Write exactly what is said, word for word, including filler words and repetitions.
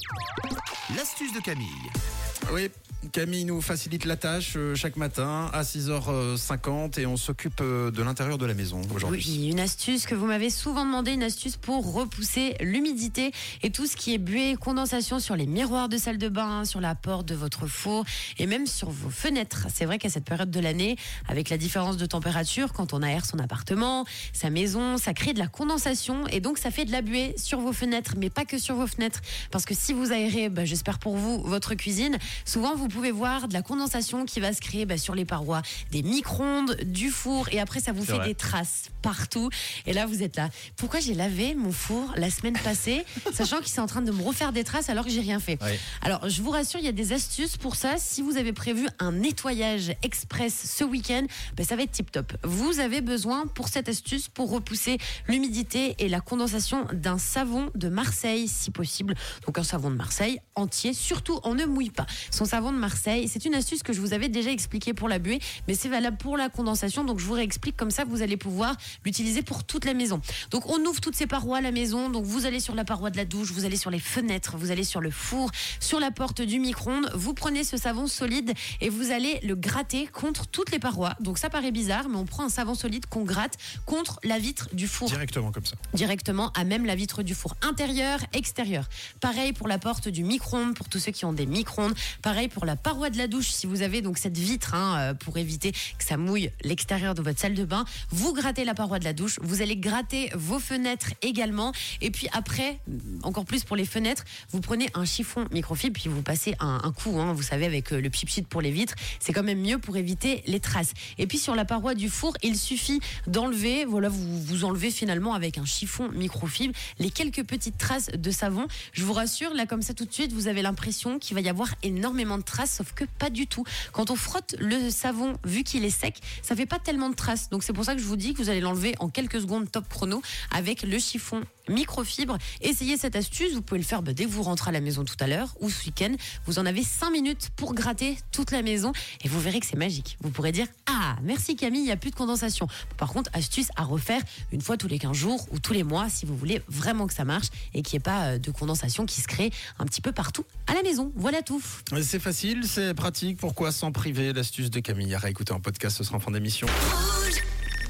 L'astuce de Camille. Oui, Camille nous facilite la tâche euh, chaque matin à six heures cinquante et on s'occupe euh, de l'intérieur de la maison aujourd'hui. Oui, une astuce que vous m'avez souvent demandé, une astuce pour repousser l'humidité et tout ce qui est buée, condensation sur les miroirs de salle de bain, sur la porte de votre four et même sur vos fenêtres. C'est vrai qu'à cette période de l'année, avec la différence de température, quand on aère son appartement, sa maison, ça crée de la condensation et donc ça fait de la buée sur vos fenêtres, mais pas que sur vos fenêtres. Parce que si vous aérez, bah, j'espère pour vous, votre cuisine, souvent vous pouvez voir de la condensation qui va se créer bah, sur les parois des micro-ondes, du four et après ça vous C'est fait vrai. des traces partout. Et là vous êtes là. Pourquoi j'ai lavé mon four la semaine passée, sachant qu'il est en train de me refaire des traces alors que j'ai rien fait. Oui. Alors je vous rassure, il y a des astuces pour ça. Si vous avez prévu un nettoyage express ce week-end, bah, ça va être tip top. Vous avez besoin pour cette astuce pour repousser l'humidité et la condensation d'un savon de Marseille si possible. Donc un savon de Marseille entier. Surtout on ne mouille pas son savon de Marseille. C'est une astuce que je vous avais déjà expliquée pour la buée, mais c'est valable pour la condensation. Donc je vous réexplique comme ça, vous allez pouvoir l'utiliser pour toute la maison. Donc on ouvre toutes ces parois à la maison. Donc vous allez sur la paroi de la douche, vous allez sur les fenêtres, vous allez sur le four, sur la porte du micro-ondes. Vous prenez ce savon solide et vous allez le gratter contre toutes les parois. Donc ça paraît bizarre, mais on prend un savon solide qu'on gratte contre la vitre du four. Directement comme ça. Directement à même la vitre du four, intérieur, extérieur. Pareil pour la porte du micro-ondes, pour tous ceux qui ont des micro-ondes. Pareil pour la paroi de la douche, si vous avez donc cette vitre hein, euh, pour éviter que ça mouille l'extérieur de votre salle de bain. Vous grattez la paroi de la douche, vous allez gratter vos fenêtres également. Et puis après, encore plus pour les fenêtres, vous prenez un chiffon microfibre puis vous passez un, un coup, hein, vous savez, avec euh, le pchit pour les vitres. C'est quand même mieux pour éviter les traces. Et puis sur la paroi du four, il suffit d'enlever, voilà, vous, vous enlevez finalement avec un chiffon microfibre les quelques petites traces de savon. Je vous rassure, là comme ça tout de suite, vous avez l'impression qu'il va y avoir énormément de traces, sauf que pas du tout. Quand on frotte le savon, vu qu'il est sec, ça fait pas tellement de traces. Donc c'est pour ça que je vous dis que vous allez l'enlever en quelques secondes top chrono avec le chiffon microfibre. Essayez cette astuce, vous pouvez le faire bah, dès que vous rentrez à la maison tout à l'heure ou ce week-end. Vous en avez cinq minutes pour gratter toute la maison et vous verrez que c'est magique. Vous pourrez dire « Ah, merci Camille, il n'y a plus de condensation ». Par contre, astuce à refaire une fois tous les quinze jours ou tous les mois si vous voulez vraiment que ça marche et qu'il n'y ait pas de condensation qui se crée un petit peu partout à la maison. Voilà tout. C'est facile, c'est pratique. Pourquoi s'en priver? L'astuce de Camille à réécouter en podcast, ce sera en fin d'émission. Rouge.